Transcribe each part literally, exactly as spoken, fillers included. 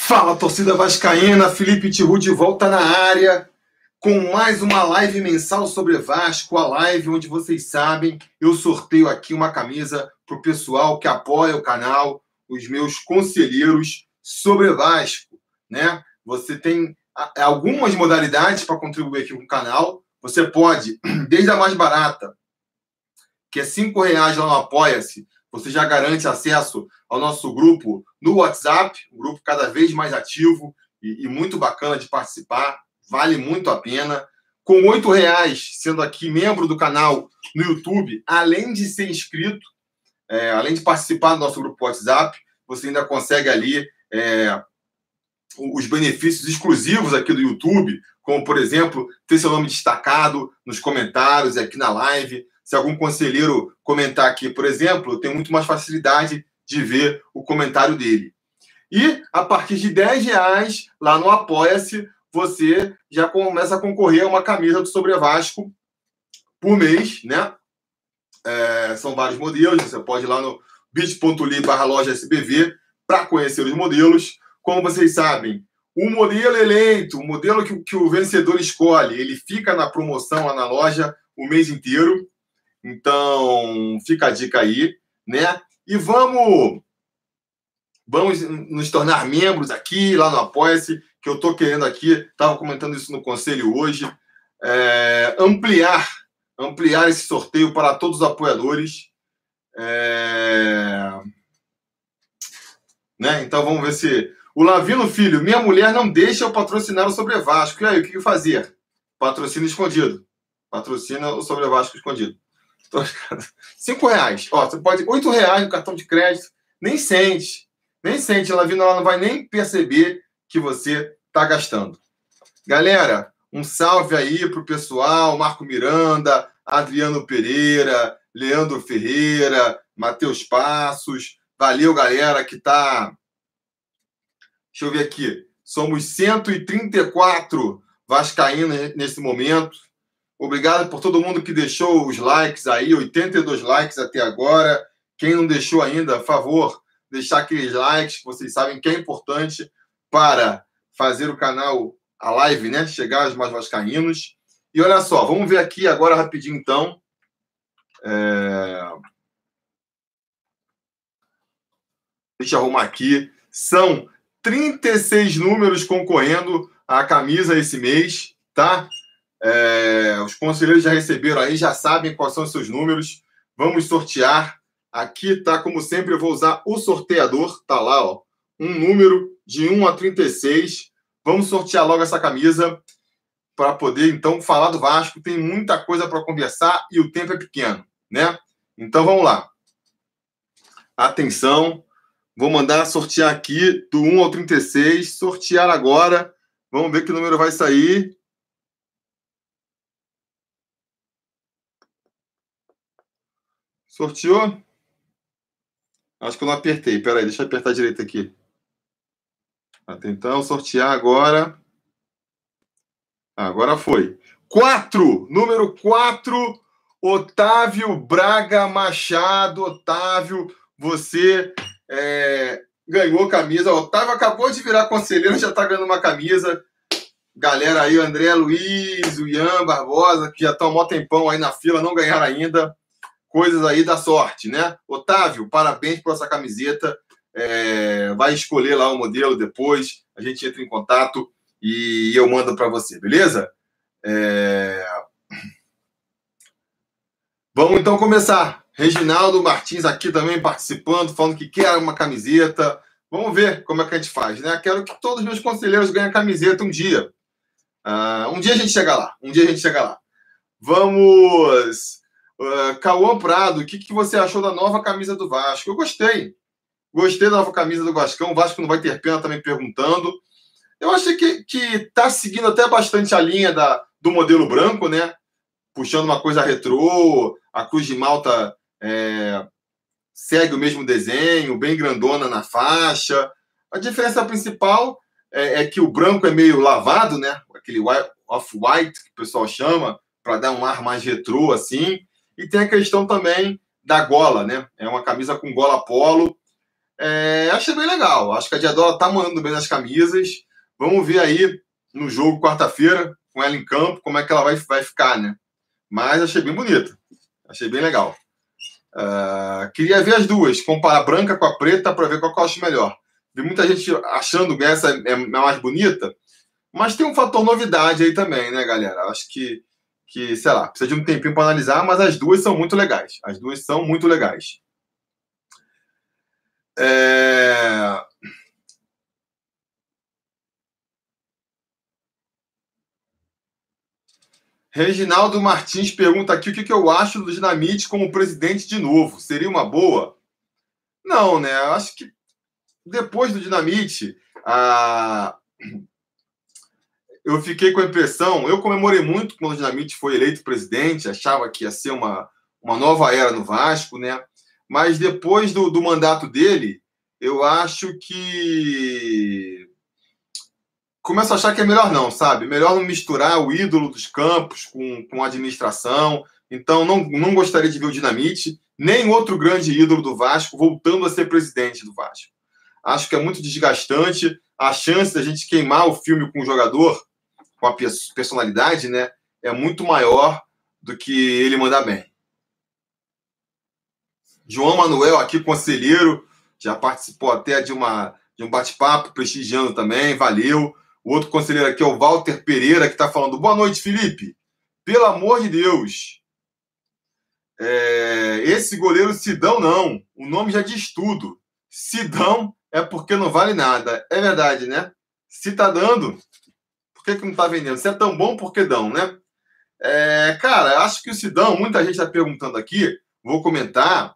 Fala, torcida vascaína, Felipe Tiru de volta na área com mais uma live mensal sobre Vasco, a live onde vocês sabem, eu sorteio aqui uma camisa para o pessoal que apoia o canal, os meus conselheiros sobre Vasco, né? Você tem algumas modalidades para contribuir aqui com o canal. Você pode, desde a mais barata, que é cinco reais lá no Apoia-se, você já garante acesso ao nosso grupo no WhatsApp, um grupo cada vez mais ativo e, e muito bacana de participar, vale muito a pena. Com oito reais, sendo aqui membro do canal no YouTube, além de ser inscrito, é, além de participar do nosso grupo WhatsApp, você ainda consegue ali é, os benefícios exclusivos aqui do YouTube, como, por exemplo, ter seu nome destacado nos comentários aqui na live. Se algum conselheiro comentar aqui, por exemplo, tem muito mais facilidade de ver o comentário dele. E, a partir de dez reais, lá no Apoia-se, você já começa a concorrer a uma camisa do Sobre Vasco por mês, né? É, são vários modelos, você pode ir lá no bit.ly barra loja S B V para conhecer os modelos. Como vocês sabem, o modelo eleito, o modelo que, que o vencedor escolhe, ele fica na promoção lá na loja o mês inteiro. Então, fica a dica aí, né? E vamos, vamos nos tornar membros aqui, lá no Apoia-se, que eu estou querendo aqui, estava comentando isso no conselho hoje, é, ampliar, ampliar esse sorteio para todos os apoiadores. É, né? Então, vamos ver se... O Lavino Filho, minha mulher não deixa eu patrocinar o Sobre Vasco. E aí, o que fazer? Patrocínio escondido. Patrocina o Sobre Vasco escondido. Cinco reais. Ó, você pode... Oito reais no cartão de crédito. Nem sente. Nem sente. Ela vindo, ela não vai nem perceber que você está gastando. Galera, um salve aí pro pessoal. Marco Miranda, Adriano Pereira, Leandro Ferreira, Matheus Passos. Valeu, galera, que tá... Deixa eu ver aqui. Somos cento e trinta e quatro vascaínos nesse momento. Obrigado por todo mundo que deixou os likes aí, oitenta e dois likes até agora. Quem não deixou ainda, por favor, deixar aqueles likes, que vocês sabem que é importante para fazer o canal, a live, né, chegar aos mais vascaínos. E olha só, vamos ver aqui agora rapidinho, então. É... Deixa eu arrumar aqui. São trinta e seis números concorrendo à camisa esse mês, tá? É, os conselheiros já receberam aí, já sabem quais são os seus números. Vamos sortear. Aqui tá, como sempre, eu vou usar o sorteador. Tá lá, ó. Um número de um a trinta e seis. Vamos sortear logo essa camisa para poder, então, falar do Vasco. Tem muita coisa para conversar e o tempo é pequeno, né? Então, vamos lá. Atenção. Vou mandar sortear aqui do um ao trinta e seis. Sortear agora. Vamos ver que número vai sair. Sorteou? Acho que eu não apertei. Espera aí, deixa eu apertar direito aqui. Então, sortear agora. Agora foi. quatro. Número quatro. Otávio Braga Machado. Otávio, você é, ganhou camisa. Otávio acabou de virar conselheiro, já está ganhando uma camisa. Galera aí, André Luiz, o Ian Barbosa, que já estão há um mó tempão aí na fila, não ganharam ainda. Coisas aí da sorte, né? Otávio, parabéns por essa camiseta. É, vai escolher lá o modelo depois. A gente entra em contato e eu mando para você, beleza? É... Vamos então começar. Reginaldo Martins aqui também participando, falando que quer uma camiseta. Vamos ver como é que a gente faz, né? Quero que todos os meus conselheiros ganhem camiseta um dia. Uh, um dia a gente chega lá. Um dia a gente chega lá. Vamos... Uh, Cauã Prado, o que, que você achou da nova camisa do Vasco? Eu gostei. Gostei da nova camisa do Vascão. O Vasco não vai ter pena, também perguntando. Eu achei que, que tá seguindo até bastante a linha da, do modelo branco, né? Puxando uma coisa retrô. A Cruz de Malta é, segue o mesmo desenho, bem grandona na faixa. A diferença principal é, é que o branco é meio lavado, né? Aquele off-white que o pessoal chama, para dar um ar mais retrô, assim. E tem a questão também da gola, né? É uma camisa com gola polo. É, achei bem legal. Acho que a Diadola tá mandando bem nas camisas. Vamos ver aí no jogo quarta-feira, com ela em campo, como é que ela vai, vai ficar, né? Mas achei bem bonita. Achei bem legal. Uh, queria ver as duas, comparar a branca com a preta para ver qual que eu acho melhor. Vi muita gente achando que essa é mais bonita, mas tem um fator novidade aí também, né, galera? Acho que, que sei lá, precisa de um tempinho para analisar, mas as duas são muito legais. As duas são muito legais. É... Reginaldo Martins pergunta aqui o que, que eu acho do Dinamite como presidente de novo. Seria uma boa? Não, né? Eu acho que depois do Dinamite, a... eu fiquei com a impressão... Eu comemorei muito quando o Dinamite foi eleito presidente, achava que ia ser uma, uma nova era no Vasco, né? Mas depois do, do mandato dele, eu acho que... começo a achar que é melhor não, sabe? Melhor não misturar o ídolo dos campos com, com a administração. Então, não, não gostaria de ver o Dinamite, nem outro grande ídolo do Vasco voltando a ser presidente do Vasco. Acho que é muito desgastante. A chance da gente queimar o filme com o jogador, com a personalidade, né, é muito maior do que ele mandar bem. João Manuel, aqui, conselheiro, já participou até de, uma, de um bate-papo, prestigiando também, valeu. O outro conselheiro aqui é o Walter Pereira, que está falando: boa noite, Felipe. Pelo amor de Deus. É, esse goleiro Sidão, não. O nome já diz tudo. Sidão é porque não vale nada. É verdade, né? Se tá dando, por que, que não tá vendendo? Se é tão bom, por que dão, né? É, cara, acho que o Sidão, muita gente está perguntando aqui, vou comentar.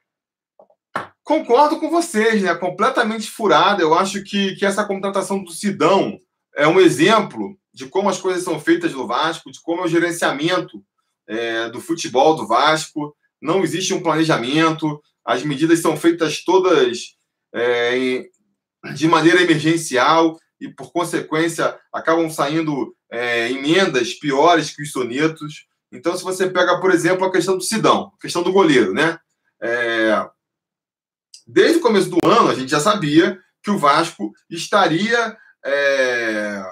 Concordo com vocês, né? Completamente furada. Eu acho que, que essa contratação do Sidão é um exemplo de como as coisas são feitas no Vasco, de como é o gerenciamento é, do futebol do Vasco. Não existe um planejamento, as medidas são feitas todas é, em, de maneira emergencial e, por consequência, acabam saindo é, emendas piores que os sonetos. Então, se você pega, por exemplo, a questão do Sidão, a questão do goleiro, né? É, desde o começo do ano, a gente já sabia que o Vasco estaria é,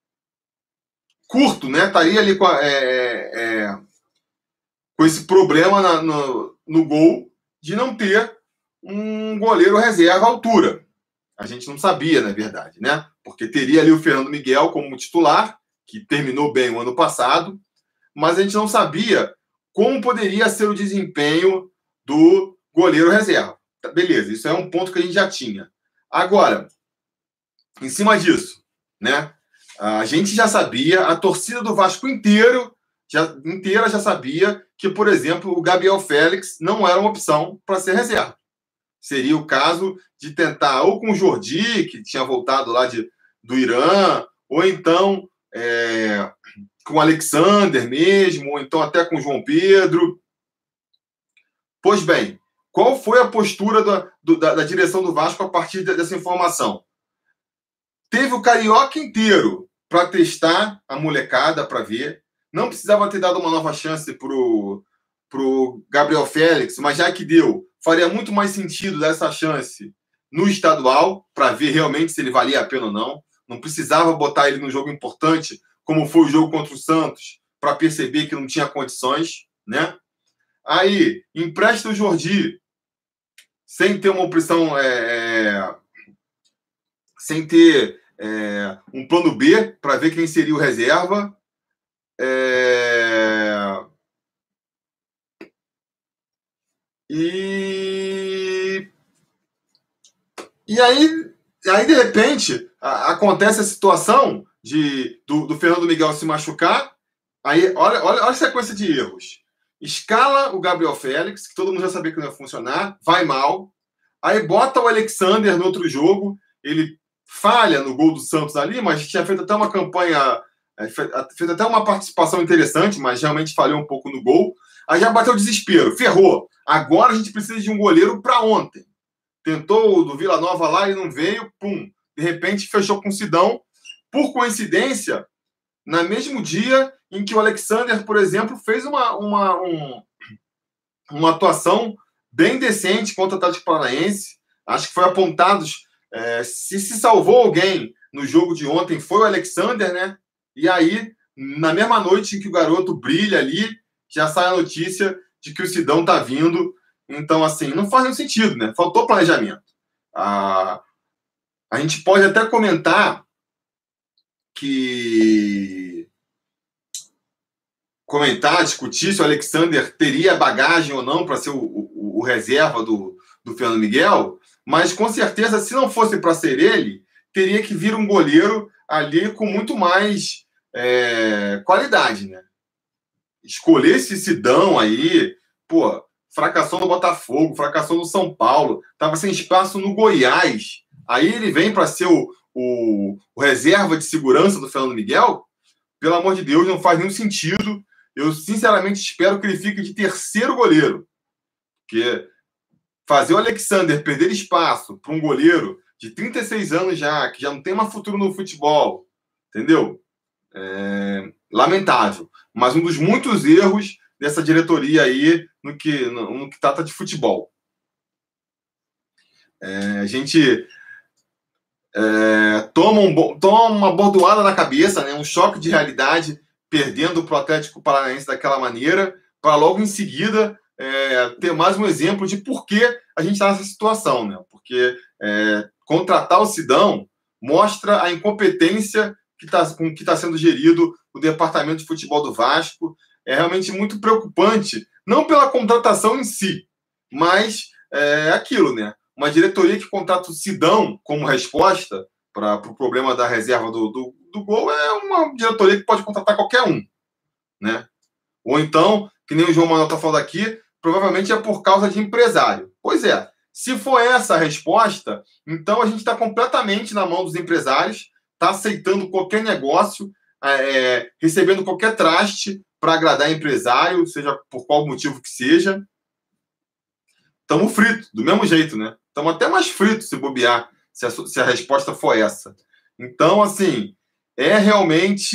curto, né? Estaria ali com, a, é, é, com esse problema na, no, no gol de não ter um goleiro reserva à altura. A gente não sabia, na verdade, né? Porque teria ali o Fernando Miguel como titular, que terminou bem o ano passado, mas a gente não sabia como poderia ser o desempenho do goleiro reserva. Beleza, isso é um ponto que a gente já tinha. Agora, em cima disso, né? A gente já sabia, a torcida do Vasco inteiro, já, inteira já sabia que, por exemplo, o Gabriel Félix não era uma opção para ser reserva. Seria o caso de tentar ou com o Jordi, que tinha voltado lá de, do Irã, ou então é, com o Alexander mesmo, ou então até com o João Pedro. Pois bem, qual foi a postura da, do, da, da direção do Vasco a partir dessa informação? Teve o Carioca inteiro para testar a molecada, para ver. Não precisava ter dado uma nova chance para o Gabriel Félix, mas já que deu, faria muito mais sentido dar essa chance no estadual, para ver realmente se ele valia a pena ou não. Não precisava botar ele num jogo importante, como foi o jogo contra o Santos, para perceber que não tinha condições, né? Aí, empresta o Jordi, sem ter uma opção, é, sem ter é, um plano B para ver quem seria o reserva. É... E... e aí, aí, de repente, a, acontece a situação de, do, do Fernando Miguel se machucar. Aí, olha, olha, olha a sequência de erros. Escala o Gabriel Félix, que todo mundo já sabia que não ia funcionar, vai mal. Aí bota o Alexander no outro jogo, ele falha no gol do Santos ali, mas tinha feito até uma campanha, fez até uma participação interessante, mas realmente falhou um pouco no gol. Aí já bateu o desespero, ferrou. Agora a gente precisa de um goleiro para ontem. Tentou o do Vila Nova lá e não veio, pum. De repente fechou com o Sidão. Por coincidência, no mesmo dia em que o Alexander, por exemplo, fez uma, uma, um, uma atuação bem decente contra o Atlético Paranaense. Acho que foi apontados. É, se se salvou alguém no jogo de ontem foi o Alexander, né? E aí, na mesma noite em que o garoto brilha ali, já sai a notícia de que o Sidão tá vindo. Então, assim, não faz nenhum sentido, né? Faltou planejamento. A, a gente pode até comentar que... Comentar, discutir se o Alexander teria bagagem ou não para ser o, o, o reserva do, do Fernando Miguel, mas, com certeza, se não fosse para ser ele, teria que vir um goleiro ali com muito mais é, qualidade, né? Escolher esse Sidão aí, pô, fracassou no Botafogo, fracassou no São Paulo, estava sem espaço no Goiás. Aí ele vem para ser o, o, o reserva de segurança do Fernando Miguel? Pelo amor de Deus, não faz nenhum sentido. Eu, sinceramente, espero que ele fique de terceiro goleiro. Porque fazer o Alexander perder espaço para um goleiro de trinta e seis anos já, que já não tem mais futuro no futebol, entendeu? É lamentável. Mas um dos muitos erros dessa diretoria aí no que, no, no que trata de futebol. É, a gente é, toma, um, toma uma bordoada na cabeça, né, um choque de realidade, perdendo para o Atlético Paranaense daquela maneira, para logo em seguida é, ter mais um exemplo de por que a gente está nessa situação. Né? Porque é, contratar o Sidão mostra a incompetência que está com que está sendo gerido o departamento de futebol do Vasco. É realmente muito preocupante, não pela contratação em si, mas é aquilo, né? Uma diretoria que contrata o Sidão como resposta para o pro problema da reserva do, do, do gol é uma diretoria que pode contratar qualquer um, né? Ou então, que nem o João Manuel está falando aqui, provavelmente é por causa de empresário. Pois é, se for essa a resposta, então a gente está completamente na mão dos empresários, está aceitando qualquer negócio, é, recebendo qualquer traste para agradar empresário, seja por qual motivo que seja. Estamos fritos, do mesmo jeito, né? Estamos até mais fritos se bobear, se a, se a resposta for essa. Então, assim, é realmente...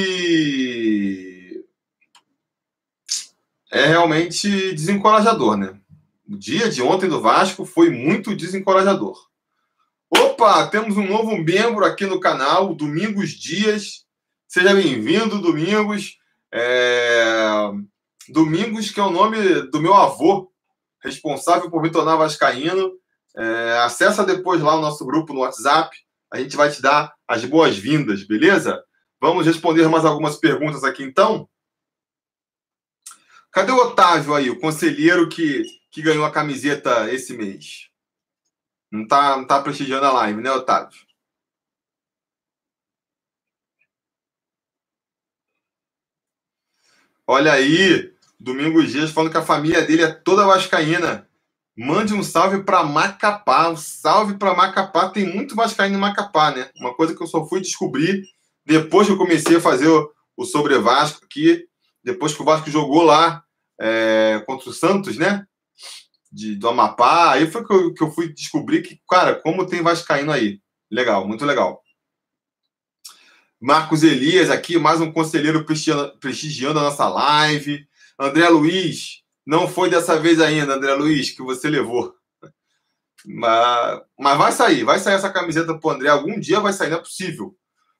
É realmente desencorajador, né? O dia de ontem do Vasco foi muito desencorajador. Opa, temos um novo membro aqui no canal, Domingos Dias. Seja bem-vindo, Domingos. É... Domingos, que é o nome do meu avô, responsável por me tornar vascaíno. É... Acessa depois lá o nosso grupo no WhatsApp. A gente vai te dar as boas-vindas, beleza? Vamos responder mais algumas perguntas aqui, então. Cadê o Otávio aí, o conselheiro que, que ganhou a camiseta esse mês? Não tá, não tá prestigiando a live, né, Otávio? Olha aí, Domingos Dias falando que a família dele é toda vascaína. Mande um salve para Macapá. Um salve para Macapá. Tem muito vascaíno em Macapá, né? Uma coisa que eu só fui descobrir depois que eu comecei a fazer o, o Sobre Vasco aqui, depois que o Vasco jogou lá é, contra o Santos, né? De, do Amapá. Aí foi que eu, que eu fui descobrir que, cara, como tem vascaíno aí. Legal, muito legal. Marcos Elias aqui, mais um conselheiro prestigiando, prestigiando a nossa live. André Luiz, não foi dessa vez ainda, André Luiz, que você levou. Mas, mas vai sair, vai sair essa camiseta pro André. Algum dia vai sair, não é possível.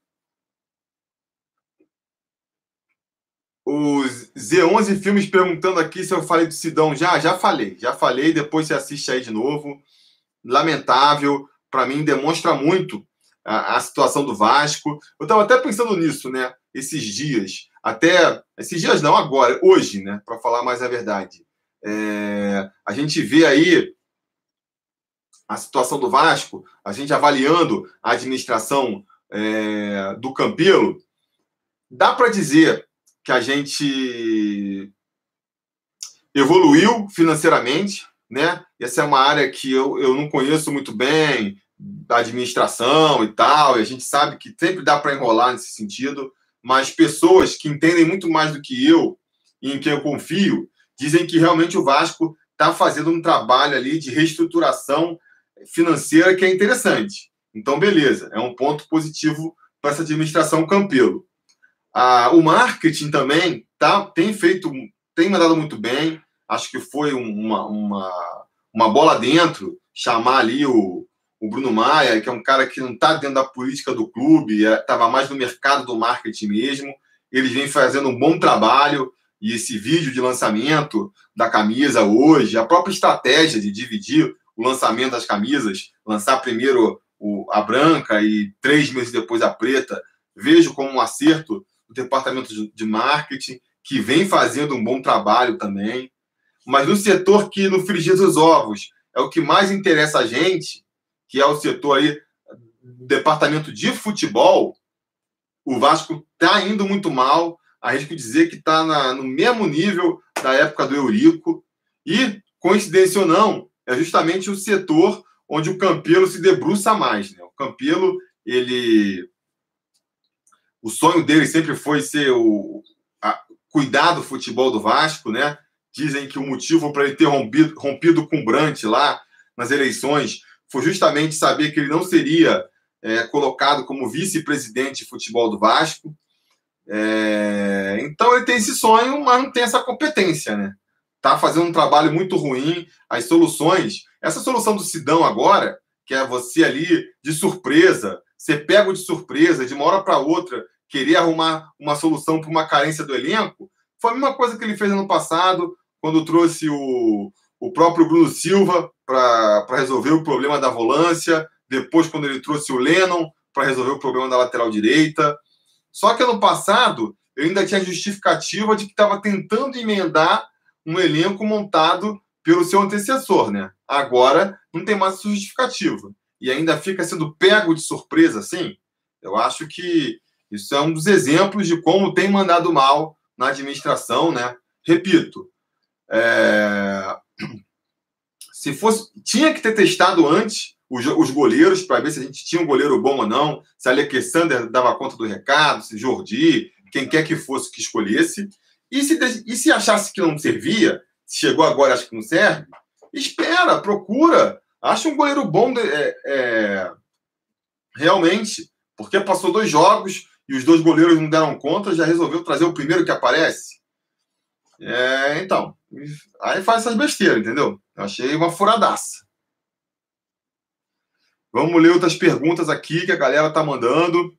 Os Z onze Filmes perguntando aqui se eu falei do Sidão. Já, já falei, já falei. Depois você assiste aí de novo. Lamentável. Para mim, demonstra muito a, a situação do Vasco. Eu estava até pensando nisso, né? Esses dias. Até... Esses dias não, agora. Hoje, né? Para falar mais a verdade. É, a gente vê aí a situação do Vasco, a gente avaliando a administração é, do Campelo. Dá para dizer que a gente evoluiu financeiramente, né? Essa é uma área que eu, eu não conheço muito bem, da administração e tal, e a gente sabe que sempre dá para enrolar nesse sentido, mas pessoas que entendem muito mais do que eu e em quem eu confio, dizem que realmente o Vasco está fazendo um trabalho ali de reestruturação financeira que é interessante. Então, beleza, é um ponto positivo para essa administração Campelo. Ah, o marketing também tá, tem feito, tem mandado muito bem. Acho que foi uma, uma, uma bola dentro chamar ali o, o Bruno Maia, que é um cara que não está dentro da política do clube, estava mais no mercado do marketing mesmo. Eles vêm fazendo um bom trabalho, e esse vídeo de lançamento da camisa hoje, a própria estratégia de dividir o lançamento das camisas, lançar primeiro o, a branca e três meses depois a preta, vejo como um acerto do departamento de, de marketing, que vem fazendo um bom trabalho também. Mas no setor que, no frigir dos ovos, é o que mais interessa a gente, que é o setor aí, departamento de futebol, o Vasco está indo muito mal. Arrisco dizer que está no mesmo nível da época do Eurico. E, coincidência ou não, é justamente o setor onde o Campelo se debruça mais, né? O Campelo, ele... O sonho dele sempre foi ser o... A... cuidar do futebol do Vasco, né? Dizem que o motivo para ele ter rompido, rompido com o Brant lá nas eleições foi justamente saber que ele não seria é, colocado como vice-presidente de futebol do Vasco. É... Então ele tem esse sonho, mas não tem essa competência, né? Tá fazendo um trabalho muito ruim. As soluções, essa solução do Sidão agora, que é você ali de surpresa, você pega de surpresa, de uma hora para outra, querer arrumar uma solução para uma carência do elenco, foi a mesma coisa que ele fez ano passado, quando trouxe o, o próprio Bruno Silva para resolver o problema da volância, depois quando ele trouxe o Lennon para resolver o problema da lateral direita. Só que ano passado, eu ainda tinha justificativa de que estava tentando emendar um elenco montado pelo seu antecessor, né? Agora não tem mais essa justificativa. E ainda fica sendo pego de surpresa, assim. Eu acho que isso é um dos exemplos de como tem mandado mal na administração, né? Repito, é... se fosse... tinha que ter testado antes os, os goleiros para ver se a gente tinha um goleiro bom ou não, se a Alexander dava conta do recado, se Jordi, quem quer que fosse que escolhesse. E se, e se achasse que não servia, se chegou agora e acha que não serve, espera, procura, acha um goleiro bom de, é, é, realmente, porque passou dois jogos e os dois goleiros não deram conta, já resolveu trazer o primeiro que aparece. É, então, aí faz essas besteiras, entendeu? Eu achei uma furadaça. Vamos ler outras perguntas aqui que a galera tá mandando.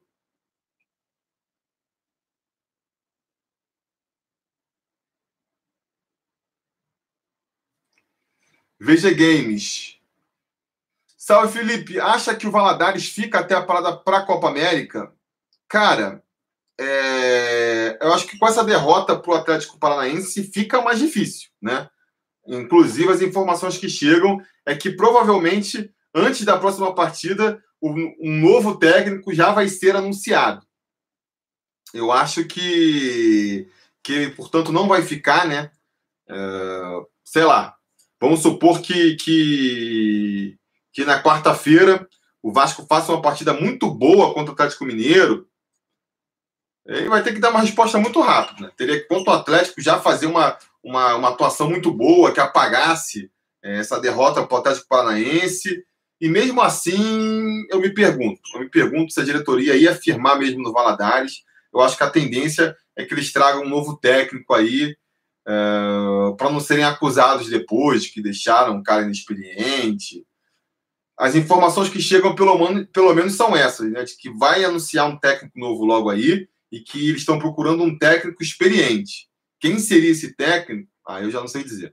V G Games. Salve, Felipe. Acha que o Valadares fica até a parada para a Copa América? Cara, é... eu acho que com essa derrota para o Atlético Paranaense fica mais difícil, né? Inclusive, as informações que chegam é que provavelmente, antes da próxima partida, um novo técnico já vai ser anunciado. Eu acho que, que portanto, não vai ficar, né? É... Sei lá. Vamos supor que, que, que na quarta-feira o Vasco faça uma partida muito boa contra o Atlético Mineiro. Ele vai ter que dar uma resposta muito rápida, né? Teria que, contra o Atlético, já fazer uma, uma, uma atuação muito boa, que apagasse é, essa derrota para o Atlético Paranaense. E mesmo assim, eu me pergunto, eu me pergunto se a diretoria ia firmar mesmo no Valadares. Eu acho que a tendência é que eles tragam um novo técnico aí, Uh, para não serem acusados depois de que deixaram um cara inexperiente. As informações que chegam, pelo menos, pelo menos são essas, né? De que vai anunciar um técnico novo logo aí e que eles estão procurando um técnico experiente. Quem seria esse técnico? Ah, eu já não sei dizer.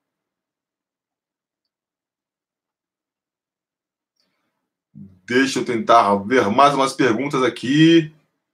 Deixa eu tentar ver mais umas perguntas aqui.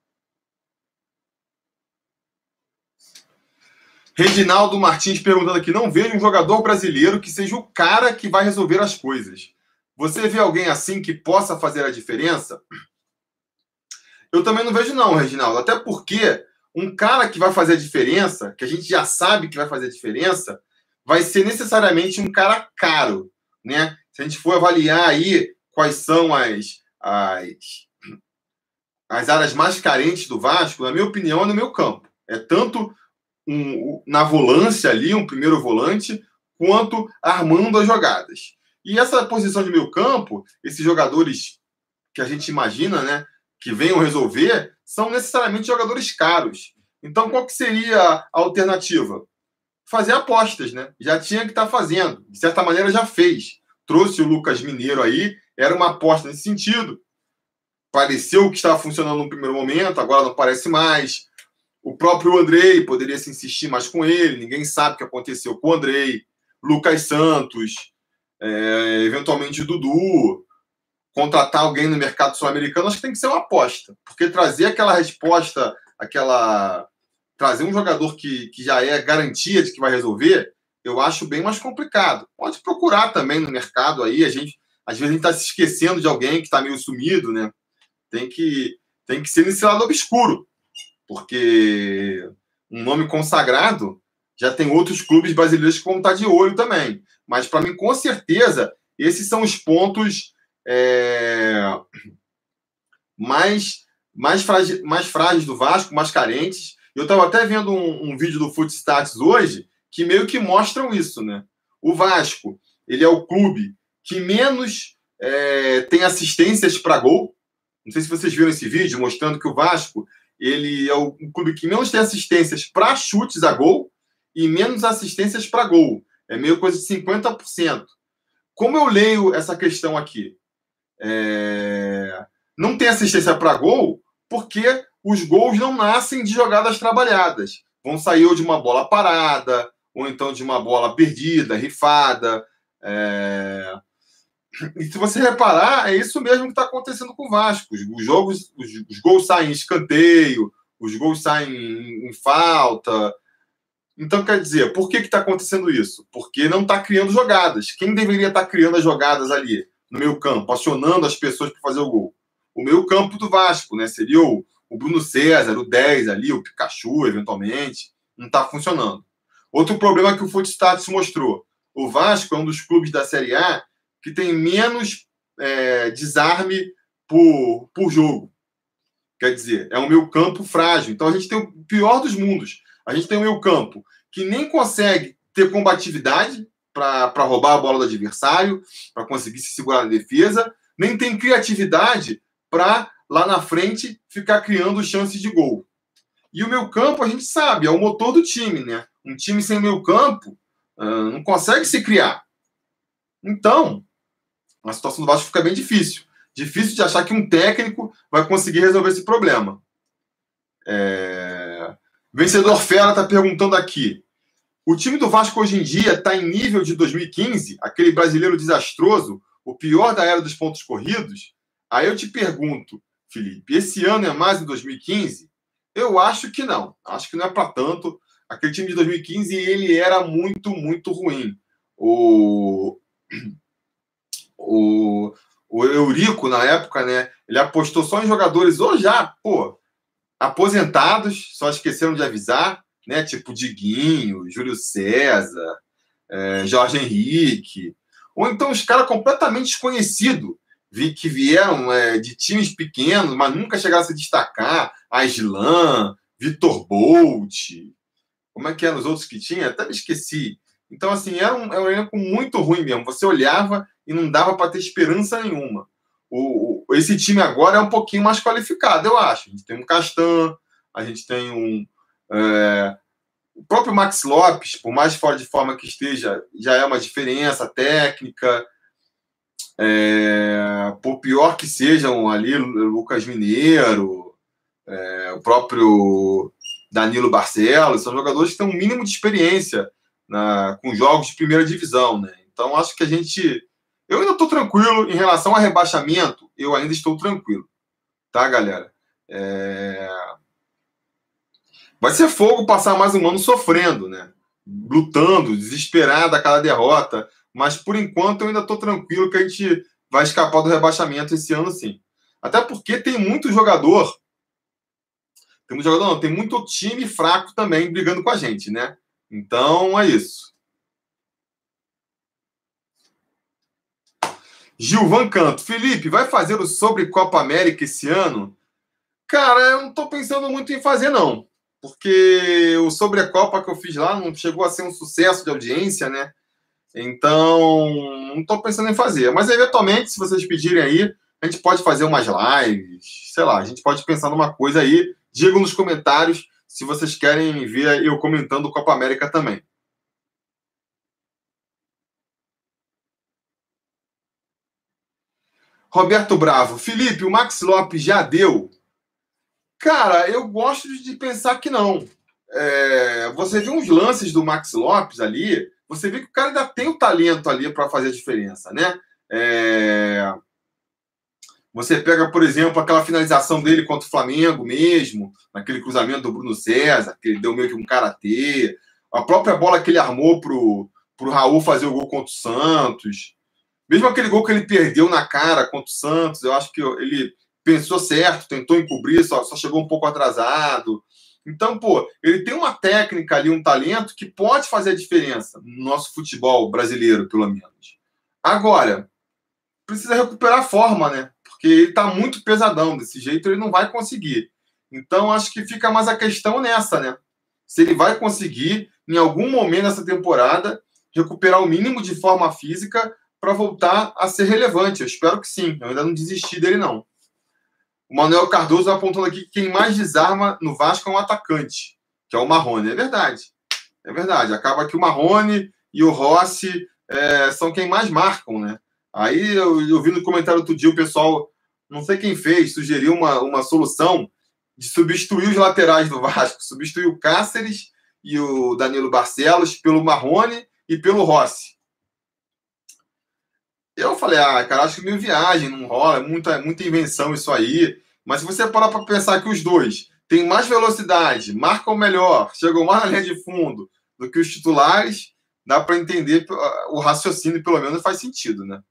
Reginaldo Martins perguntando aqui: não vejo um jogador brasileiro que seja o cara que vai resolver as coisas. Você vê alguém assim que possa fazer a diferença? Eu também não vejo não, Reginaldo. Até porque um cara que vai fazer a diferença, que a gente já sabe que vai fazer a diferença, vai ser necessariamente um cara caro, né? Se a gente for avaliar aí quais são as, as, as áreas mais carentes do Vasco, na minha opinião, é no meio campo. É tanto Um, na volância ali, um primeiro volante, quanto armando as jogadas. E essa posição de meio campo, esses jogadores que a gente imagina, né, que venham resolver, são necessariamente jogadores caros. Então, qual que seria a alternativa? Fazer apostas, né? Já tinha que estar fazendo. De certa maneira, já fez. trouxe o Lucas Mineiro aí, era uma aposta nesse sentido. Pareceu que estava funcionando no primeiro momento, agora não parece mais. O próprio Andrei poderia se insistir mais com ele, ninguém sabe o que aconteceu com o Andrei. Lucas Santos, é, eventualmente o Dudu. Contratar alguém no mercado sul-americano, acho que tem que ser uma aposta. Porque trazer aquela resposta, aquela... trazer um jogador que, que já é garantia de que vai resolver, eu acho bem mais complicado. Pode procurar também no mercado aí, a gente, às vezes a gente está se esquecendo de alguém que está meio sumido, né? Tem que, tem que ser nesse lado obscuro, porque um nome consagrado já tem outros clubes brasileiros que vão estar de olho também. Mas, para mim, com certeza, esses são os pontos é, mais, mais, frágis, mais frágeis do Vasco, mais carentes. Eu estava até vendo um, um vídeo do Footstats hoje que meio que mostram isso, né? O Vasco, ele é o clube que menos é, tem assistências para gol. Não sei se vocês viram esse vídeo mostrando que o Vasco ele é o clube que menos tem assistências para chutes a gol e menos assistências para gol. É meio coisa de cinquenta por cento. Como eu leio essa questão aqui? É... Não tem assistência para gol porque os gols não nascem de jogadas trabalhadas. Vão sair ou de uma bola parada, ou então de uma bola perdida, rifada. É... E se você reparar, é isso mesmo que está acontecendo com o Vasco. Os, jogos, os, os gols saem em escanteio, os gols saem em, em falta. Então, quer dizer, por que está acontecendo isso? Porque não está criando jogadas. Quem deveria estar tá criando as jogadas ali, no meio campo, acionando as pessoas para fazer o gol? O meio campo do Vasco, né? Seria o, o Bruno César, o dez ali, o Pikachu, eventualmente. Não está funcionando. Outro problema que o Footstats mostrou. O Vasco é um dos clubes da Série A que tem menos é, desarme por, por jogo. Quer dizer, é um meio campo frágil. Então, a gente tem o pior dos mundos. A gente tem um meio campo que nem consegue ter combatividade para roubar a bola do adversário, para conseguir se segurar na defesa, nem tem criatividade para, lá na frente, ficar criando chances de gol. E o meio campo, a gente sabe, é o motor do time, né? Um time sem meio campo uh, não consegue se criar. Então, a situação do Vasco fica bem difícil. Difícil de achar que um técnico vai conseguir resolver esse problema. É... Vencedor Fera está perguntando aqui. O time do Vasco hoje em dia está em nível de dois mil e quinze, aquele brasileiro desastroso, o pior da era dos pontos corridos? Aí eu te pergunto, Felipe, esse ano é mais em dois mil e quinze? Eu acho que não. Acho que não é para tanto. Aquele time de dois mil e quinze, ele era muito, muito ruim. O... O, o Eurico, na época, né? Ele apostou só em jogadores ou já, pô, aposentados, só esqueceram de avisar, né? Tipo Diguinho, Júlio César, é, Jorge Henrique. Ou então os caras completamente desconhecidos, vi, que vieram é, de times pequenos, mas nunca chegaram a se destacar. Aslan, Vitor Bolt. Como é que eram os outros que tinha? Até me esqueci. Então, assim, era um, era um elenco muito ruim mesmo. Você olhava e não dava para ter esperança nenhuma. O, o, esse time agora é um pouquinho mais qualificado, eu acho. A gente tem um Castan, a gente tem um... É, o próprio Max Lopes, por mais fora de forma que esteja, já é uma diferença técnica. É, por pior que sejam ali, Lucas Mineiro, é, o próprio Danilo Barcelos, são jogadores que têm um mínimo de experiência na, com jogos de primeira divisão, né? Então, acho que a gente... Eu ainda estou tranquilo. Em relação a rebaixamento, eu ainda estou tranquilo. Tá, galera? É... Vai ser fogo passar mais um ano sofrendo, né? Lutando, desesperado a cada derrota. Mas, por enquanto, eu ainda estou tranquilo que a gente vai escapar do rebaixamento esse ano, sim. Até porque tem muito jogador... Tem muito jogador, não. Tem muito time fraco também brigando com a gente, né? Então, é isso. Gilvan Canto. Felipe, vai fazer o sobre Copa América esse ano? Cara, eu não estou pensando muito em fazer, não. Porque o sobre a Copa que eu fiz lá não chegou a ser um sucesso de audiência, né? Então, não estou pensando em fazer. Mas, eventualmente, se vocês pedirem aí, a gente pode fazer umas lives. Sei lá, a gente pode pensar numa coisa aí. Digam nos comentários se vocês querem ver eu comentando Copa América também. Roberto Bravo. Felipe, o Maxi Lopes já deu? Cara, eu gosto de pensar que não. É, você vê uns lances do Maxi Lopes ali, você vê que o cara ainda tem o talento ali para fazer a diferença, né? É, você pega, por exemplo, aquela finalização dele contra o Flamengo mesmo, naquele cruzamento do Bruno César, que ele deu meio que um karatê. A própria bola que ele armou pro, pro Raul fazer o gol contra o Santos. Mesmo aquele gol que ele perdeu na cara contra o Santos, eu acho que ele pensou certo, tentou encobrir, só, só chegou um pouco atrasado. Então, pô, ele tem uma técnica ali, um talento que pode fazer a diferença no nosso futebol brasileiro, pelo menos. Agora, precisa recuperar a forma, né? Porque ele tá muito pesadão, desse jeito ele não vai conseguir. Então, acho que fica mais a questão nessa, né? Se ele vai conseguir, em algum momento dessa temporada, recuperar o mínimo de forma física para voltar a ser relevante. Eu espero que sim. Eu ainda não desisti dele, não. O Manuel Cardoso apontando aqui que quem mais desarma no Vasco é um atacante, que é o Marrone. É verdade. É verdade. Acaba que o Marrone e o Rossi é, são quem mais marcam, né? Aí eu, eu vi no comentário outro dia o pessoal, não sei quem fez, sugeriu uma, uma solução de substituir os laterais do Vasco, substituir o Cáceres e o Danilo Barcelos pelo Marrone e pelo Rossi. Eu falei, ah, cara, acho que meio viagem, não rola, é muita, muita invenção isso aí. Mas se você parar para pensar que os dois têm mais velocidade, marcam melhor, chegam mais na linha de fundo do que os titulares, dá para entender o raciocínio, pelo menos faz sentido, né?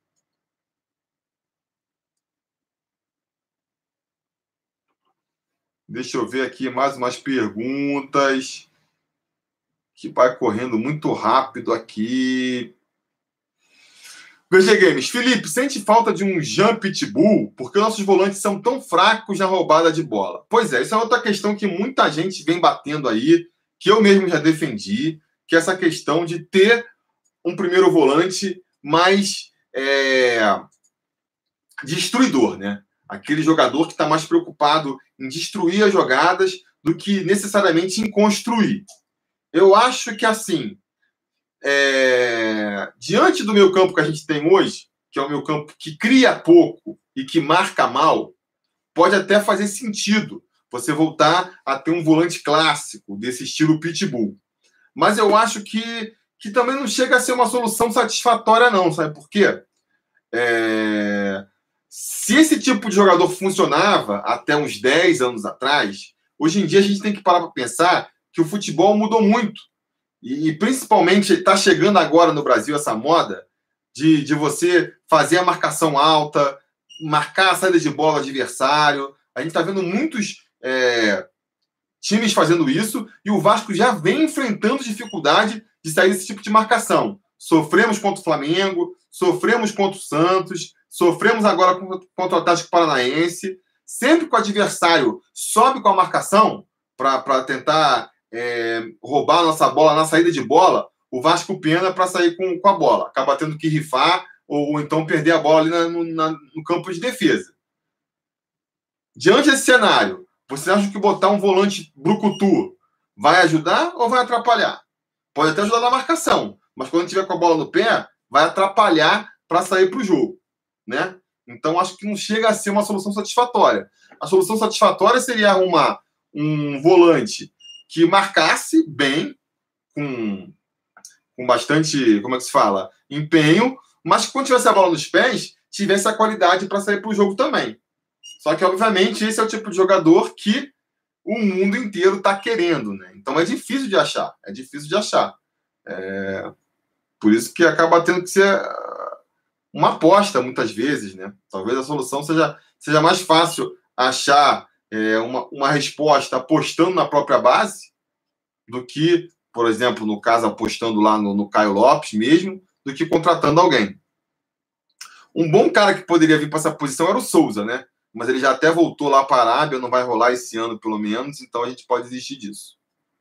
Deixa eu ver aqui mais umas perguntas que vai correndo muito rápido aqui. B G Games. Felipe, sente falta de um Jean Pitbull? Porque nossos volantes são tão fracos na roubada de bola. Pois é, isso é outra questão que muita gente vem batendo aí, que eu mesmo já defendi, que é essa questão de ter um primeiro volante mais é, destruidor, né? Aquele jogador que está mais preocupado em destruir as jogadas do que necessariamente em construir. Eu acho que, assim, é... diante do meio campo que a gente tem hoje, que é o meio campo que cria pouco e que marca mal, pode até fazer sentido você voltar a ter um volante clássico desse estilo Pitbull. Mas eu acho que, que também não chega a ser uma solução satisfatória, não. Sabe por quê? É... Se esse tipo de jogador funcionava até uns dez anos atrás, hoje em dia a gente tem que parar para pensar que o futebol mudou muito. E, e principalmente está chegando agora no Brasil essa moda de, de você fazer a marcação alta, marcar a saída de bola do adversário. A gente está vendo muitos é, times fazendo isso e o Vasco já vem enfrentando dificuldade de sair desse tipo de marcação. Sofremos contra o Flamengo, sofremos contra o Santos, sofremos agora contra o Atlético Paranaense. Sempre que o adversário sobe com a marcação para tentar é, roubar a nossa bola na saída de bola, o Vasco pena para sair com, com a bola. Acaba tendo que rifar ou, ou então perder a bola ali na, no, na, no campo de defesa. Diante desse cenário, você acha que botar um volante brucutu vai ajudar ou vai atrapalhar? Pode até ajudar na marcação, mas quando tiver com a bola no pé, vai atrapalhar para sair para o jogo, né? Então, acho que não chega a ser uma solução satisfatória. A solução satisfatória seria arrumar um volante que marcasse bem, com, com bastante, como é que se fala, empenho, mas que quando tivesse a bola nos pés, tivesse a qualidade para sair para o jogo também. Só que, obviamente, esse é o tipo de jogador que o mundo inteiro está querendo, né? Então, é difícil de achar. É difícil de achar. É... Por isso que acaba tendo que ser uma aposta, muitas vezes, né? Talvez a solução seja, seja mais fácil achar é, uma, uma resposta apostando na própria base do que, por exemplo, no caso, apostando lá no, no Caio Lopes mesmo, do que contratando alguém. Um bom cara que poderia vir para essa posição era o Souza, né? Mas ele já até voltou lá para a Arábia, não vai rolar esse ano, pelo menos, então a gente pode desistir disso.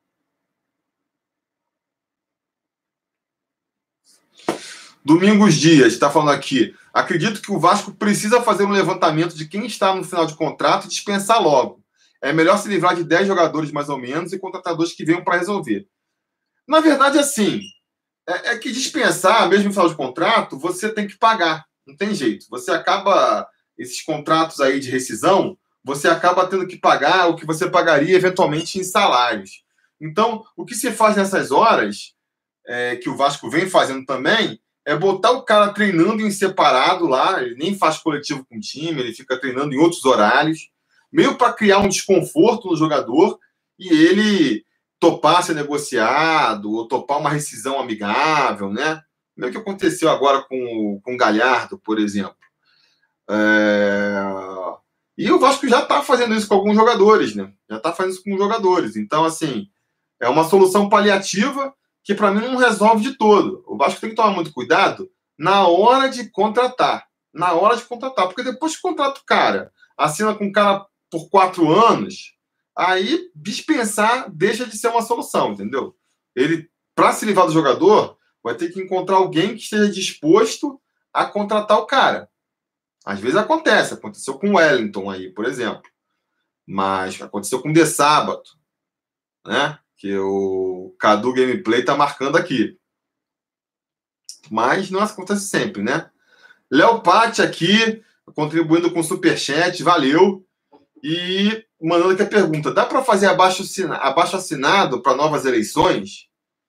Domingos Dias está falando aqui. Acredito que o Vasco precisa fazer um levantamento de quem está no final de contrato e dispensar logo. É melhor se livrar de dez jogadores, mais ou menos, e contratadores que venham para resolver. Na verdade, assim, é, é que dispensar, mesmo no final de contrato, você tem que pagar. Não tem jeito. Você acaba... esses contratos aí de rescisão, você acaba tendo que pagar o que você pagaria eventualmente em salários. Então, o que se faz nessas horas, é, que o Vasco vem fazendo também, é botar o cara treinando em separado lá, ele nem faz coletivo com o time, ele fica treinando em outros horários, meio para criar um desconforto no jogador e ele topar ser negociado ou topar uma rescisão amigável, né? Meio que aconteceu agora com, com o Galhardo, por exemplo. É... E o Vasco já está fazendo isso com alguns jogadores, né? Já está fazendo isso com jogadores. Então, assim, é uma solução paliativa que, para mim, não resolve de todo. O Vasco tem que tomar muito cuidado na hora de contratar. Na hora de contratar. Porque depois que contrata o cara, assina com o cara por quatro anos, aí dispensar deixa de ser uma solução, entendeu? Ele, para se livrar do jogador, vai ter que encontrar alguém que esteja disposto a contratar o cara. Às vezes acontece. Aconteceu com o Wellington aí, por exemplo. Mas aconteceu com o De Sábato, né? Que o Cadu Gameplay tá marcando aqui. Mas não acontece sempre, né? Léo Patti aqui, contribuindo com o Superchat, valeu. E mandando aqui a pergunta: dá para fazer abaixo assinado para novas eleições?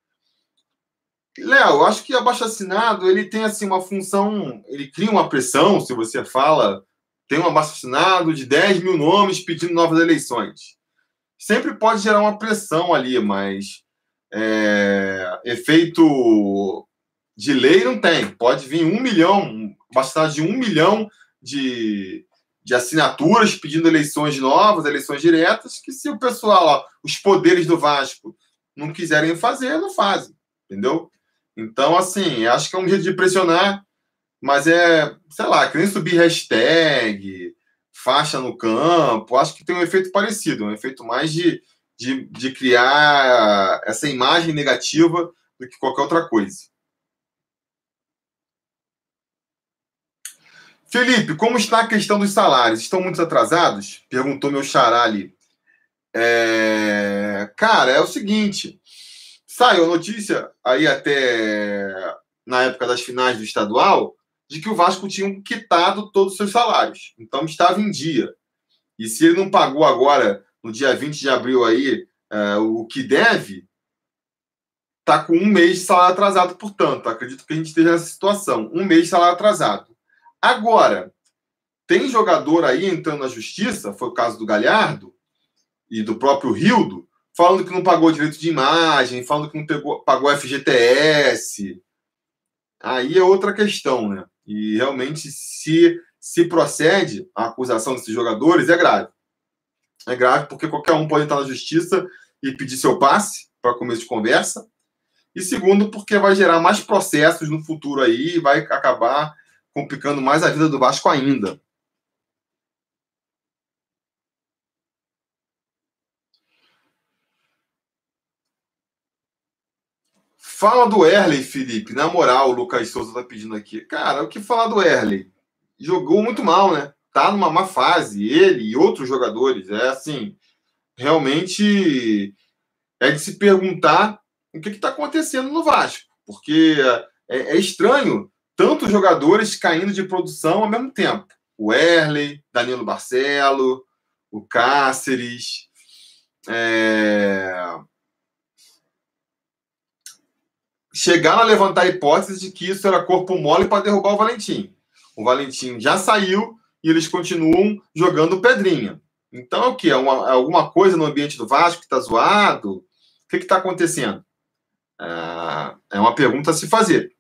Léo, eu acho que abaixo assinado ele tem assim uma função, ele cria uma pressão. Se você fala, tem um abaixo assinado de dez mil nomes pedindo novas eleições, sempre pode gerar uma pressão ali, mas é, efeito de lei não tem. Pode vir um milhão, bastante de um milhão de, de assinaturas pedindo eleições novas, eleições diretas, que se o pessoal, ó, os poderes do Vasco não quiserem fazer, não fazem, entendeu? Então, assim, acho que é um jeito de pressionar, mas é, sei lá, que nem subir hashtag, faixa no campo, acho que tem um efeito parecido, um efeito mais de, de, de criar essa imagem negativa do que qualquer outra coisa. Felipe, como está a questão dos salários? Estão muito atrasados? Perguntou meu xará ali. É... Cara, é o seguinte, saiu a notícia aí até na época das finais do estadual, de que o Vasco tinha quitado todos os seus salários. Então, estava em dia. E se ele não pagou agora, no dia vinte de abril, aí, é, o que deve, está com um mês de salário atrasado, portanto. Acredito que a gente esteja nessa situação. Um mês de salário atrasado. Agora, tem jogador aí entrando na justiça, foi o caso do Galhardo e do próprio Rildo, falando que não pagou direito de imagem, falando que não pegou, pagou F G T S. Aí é outra questão, né? E realmente, se, se procede a acusação desses jogadores, é grave. É grave porque qualquer um pode entrar na justiça e pedir seu passe para começo de conversa. E segundo, porque vai gerar mais processos no futuro aí e vai acabar complicando mais a vida do Vasco ainda. Fala do Erley, Felipe. Na moral, o Lucas Souza tá pedindo aqui. Cara, o que falar do Erley? Jogou muito mal, né? Tá numa má fase. Ele e outros jogadores. É assim, realmente é de se perguntar o que está acontecendo no Vasco. Porque é, é estranho tantos jogadores caindo de produção ao mesmo tempo. O Erley, Danilo Barcelo, o Cáceres. É... Chegaram a levantar a hipótese de que isso era corpo mole para derrubar o Valentim. O Valentim já saiu e eles continuam jogando pedrinha. Então é o quê? É, uma, é alguma coisa no ambiente do Vasco que está zoado? O que está acontecendo? É, é uma pergunta a se fazer.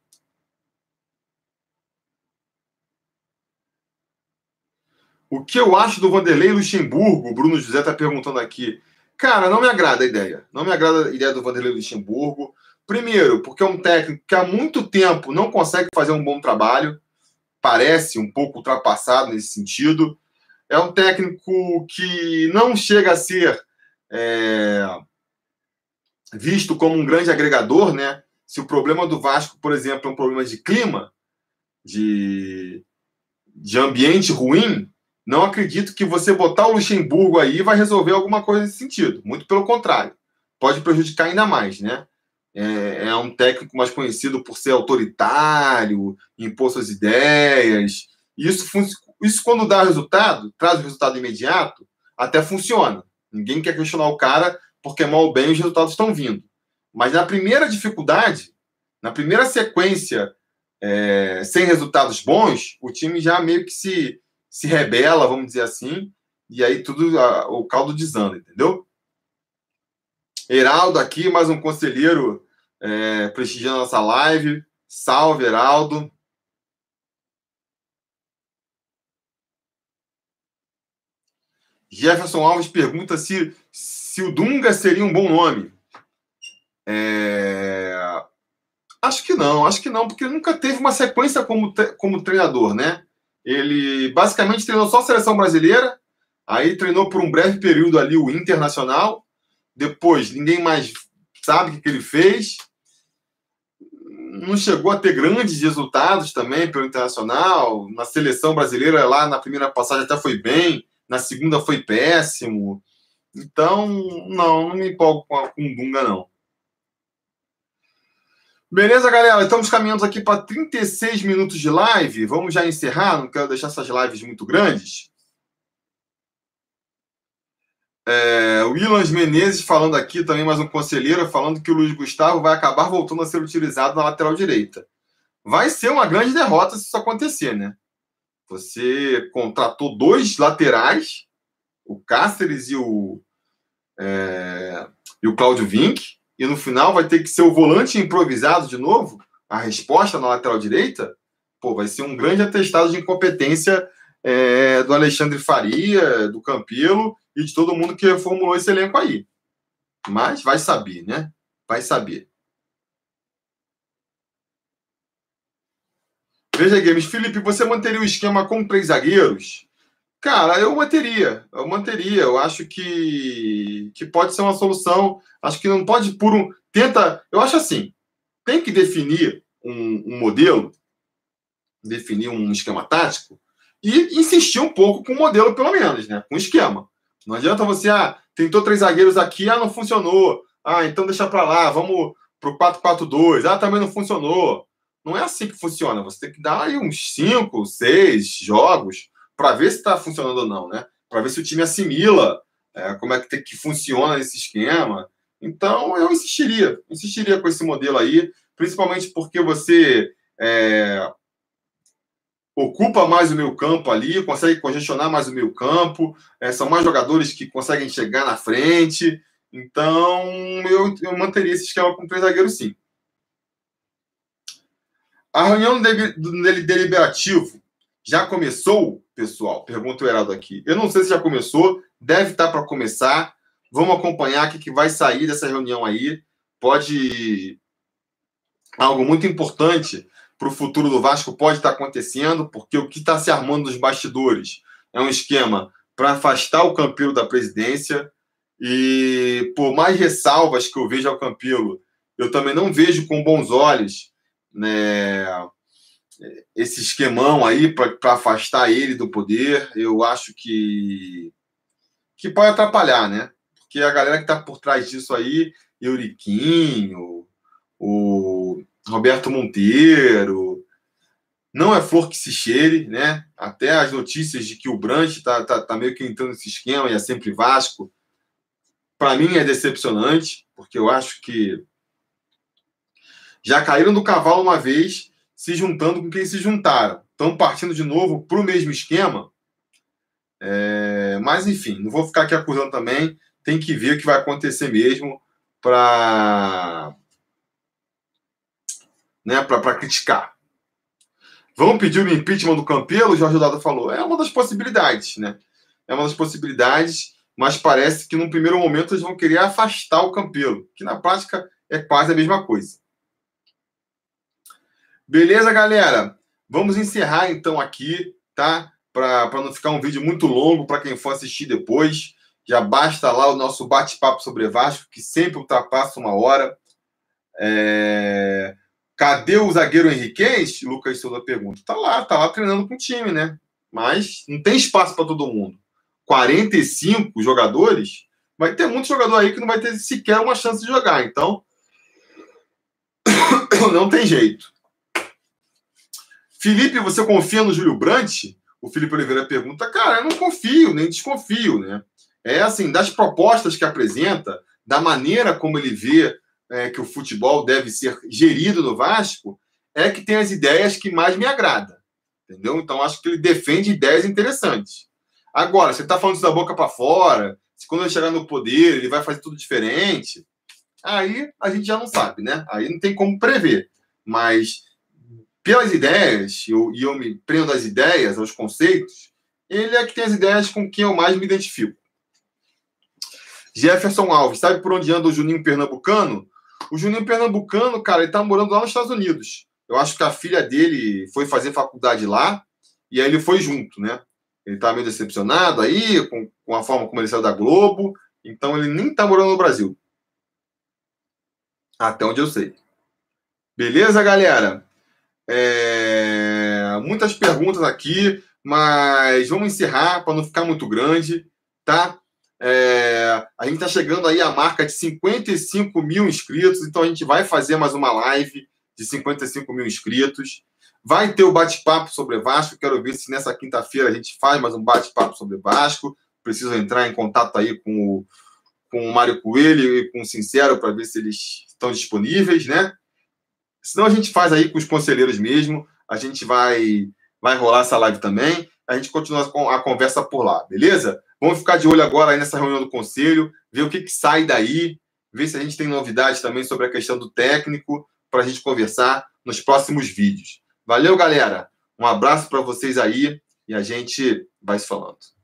O que eu acho do Vanderlei Luxemburgo? O Bruno José está perguntando aqui. Cara, não me agrada a ideia. Não me agrada a ideia do Vanderlei Luxemburgo. Primeiro, porque é um técnico que há muito tempo não consegue fazer um bom trabalho. Parece um pouco ultrapassado nesse sentido. É um técnico que não chega a ser é, visto como um grande agregador, né? Se o problema do Vasco, por exemplo, é um problema de clima, de, de ambiente ruim, não acredito que você botar o Luxemburgo aí vai resolver alguma coisa nesse sentido. Muito pelo contrário. Pode prejudicar ainda mais, né? É, é um técnico mais conhecido por ser autoritário, impor suas ideias. Isso fun isso quando dá resultado, traz o resultado imediato, até funciona. Ninguém quer questionar o cara porque mal ou bem os resultados estão vindo. Mas na primeira dificuldade, na primeira sequência é, sem resultados bons, o time já meio que se, se rebela, vamos dizer assim, e aí tudo a, o caldo desanda, entendeu? Heraldo aqui, mais um conselheiro é, prestigiando a nossa live. Salve, Heraldo. Jefferson Alves pergunta se, se o Dunga seria um bom nome. É... Acho que não, acho que não, porque ele nunca teve uma sequência como, como treinador, né? Ele basicamente treinou só a seleção brasileira, aí treinou por um breve período ali o Internacional, depois ninguém mais sabe o que ele fez, não chegou a ter grandes resultados também pelo Internacional, na seleção brasileira lá na primeira passagem até foi bem, na segunda foi péssimo, então não, não me empolgo com, a, com o Dunga não. Beleza, galera? Estamos caminhando aqui para trinta e seis minutos de live. Vamos já encerrar, não quero deixar essas lives muito grandes. É, o Wilans Menezes falando aqui, também mais um conselheiro, falando que o Luiz Gustavo vai acabar voltando a ser utilizado na lateral direita. Vai ser uma grande derrota se isso acontecer, né? Você contratou dois laterais, o Cáceres e o, é, e o Cláudio Vinck, e no final vai ter que ser o volante improvisado de novo, a resposta na lateral direita, pô, vai ser um grande atestado de incompetência é, do Alexandre Faria, do Campelo e de todo mundo que formulou esse elenco aí. Mas vai saber, né? Vai saber. Veja, Games. Felipe, você manteria o esquema com três zagueiros? Cara, eu manteria. Eu manteria. Eu acho que, que pode ser uma solução. Acho que não pode por um... Tenta... Eu acho assim, tem que definir um, um modelo, definir um esquema tático e insistir um pouco com o modelo, pelo menos, né? Com o esquema. Não adianta você, ah, tentou três zagueiros aqui, ah, não funcionou. Ah, então deixa pra lá, vamos pro quatro quatro dois. Ah, também não funcionou. Não é assim que funciona. Você tem que dar aí uns cinco, seis jogos para ver se está funcionando ou não, né? Para ver se o time assimila é, como é que, tem, que funciona esse esquema. Então, eu insistiria, insistiria com esse modelo aí, principalmente porque você é, ocupa mais o meio campo ali, consegue congestionar mais o meio campo, é, são mais jogadores que conseguem chegar na frente. Então, eu, eu manteria esse esquema com três zagueiros, sim. A reunião deliberativo já começou, pessoal? Pergunta o Heraldo aqui. Eu não sei se já começou, deve estar para começar. Vamos acompanhar o que, que vai sair dessa reunião aí. Pode... Algo muito importante para o futuro do Vasco pode estar acontecendo, porque o que está se armando nos bastidores é um esquema para afastar o Campelo da presidência. E por mais ressalvas que eu vejo ao Campelo, eu também não vejo com bons olhos, né, esse esquemão aí para afastar ele do poder. Eu acho que, que pode atrapalhar, né? Porque a galera que está por trás disso aí, Euriquinho, o Roberto Monteiro, não é flor que se cheire, né? Até as notícias de que o Brandt está tá, tá meio que entrando nesse esquema e é sempre Vasco, para mim é decepcionante, porque eu acho que já caíram do cavalo uma vez, se juntando com quem se juntaram. Estão partindo de novo para o mesmo esquema. É... Mas, enfim, não vou ficar aqui acusando também. Tem que ver o que vai acontecer mesmo para né, para criticar. Vamos pedir o impeachment do Campelo? O Jorge Dado falou. É uma das possibilidades, né? É uma das possibilidades, mas parece que, num primeiro momento, eles vão querer afastar o Campelo, que, na prática, é quase a mesma coisa. Beleza, galera? Vamos encerrar, então, aqui, tá? Para não ficar um vídeo muito longo para quem for assistir depois. Já basta lá o nosso bate-papo sobre Vasco, que sempre ultrapassa uma hora. É... Cadê o zagueiro Henriquez? Lucas Souza pergunta. Tá lá, tá lá treinando com o time, né? Mas não tem espaço para todo mundo. quarenta e cinco jogadores, vai ter muito jogador aí que não vai ter sequer uma chance de jogar. Então, não tem jeito. Felipe, você confia no Júlio Brandt? o Felipe Oliveira pergunta, cara, eu não confio, nem desconfio, né? É assim, das propostas que apresenta, da maneira como ele vê é, que o futebol deve ser gerido no Vasco, é que tem as ideias que mais me agradam, entendeu? Então, acho que ele defende ideias interessantes. Agora, você está falando isso da boca para fora, se quando ele chegar no poder ele vai fazer tudo diferente, aí a gente já não sabe, né? Aí não tem como prever. Mas, pelas ideias, e eu, eu me prendo às ideias, aos conceitos, ele é que tem as ideias com quem eu mais me identifico. Jefferson Alves, sabe por onde anda o Juninho Pernambucano? O Juninho Pernambucano, cara, ele tá morando lá nos Estados Unidos. Eu acho que a filha dele foi fazer faculdade lá, e aí ele foi junto, né? Ele tá meio decepcionado aí, com, com a forma como ele saiu da Globo, então ele nem tá morando no Brasil. Até onde eu sei. Beleza, galera? É... Muitas perguntas aqui, mas vamos encerrar para não ficar muito grande, tá? É... A gente está chegando aí à marca de cinquenta e cinco mil inscritos, então a gente vai fazer mais uma live de cinquenta e cinco mil inscritos. Vai ter o bate-papo sobre Vasco. Quero ver se nessa quinta-feira a gente faz mais um bate-papo sobre Vasco. Preciso entrar em contato aí com o, com o Mário Coelho e com o Sincero para ver se eles estão disponíveis, né? Senão a gente faz aí com os conselheiros mesmo. A gente vai, vai rolar essa live também. A gente continua a conversa por lá, beleza? Vamos ficar de olho agora aí nessa reunião do conselho, ver o que, que sai daí, ver se a gente tem novidades também sobre a questão do técnico, para a gente conversar nos próximos vídeos. Valeu, galera. Um abraço para vocês aí e a gente vai se falando.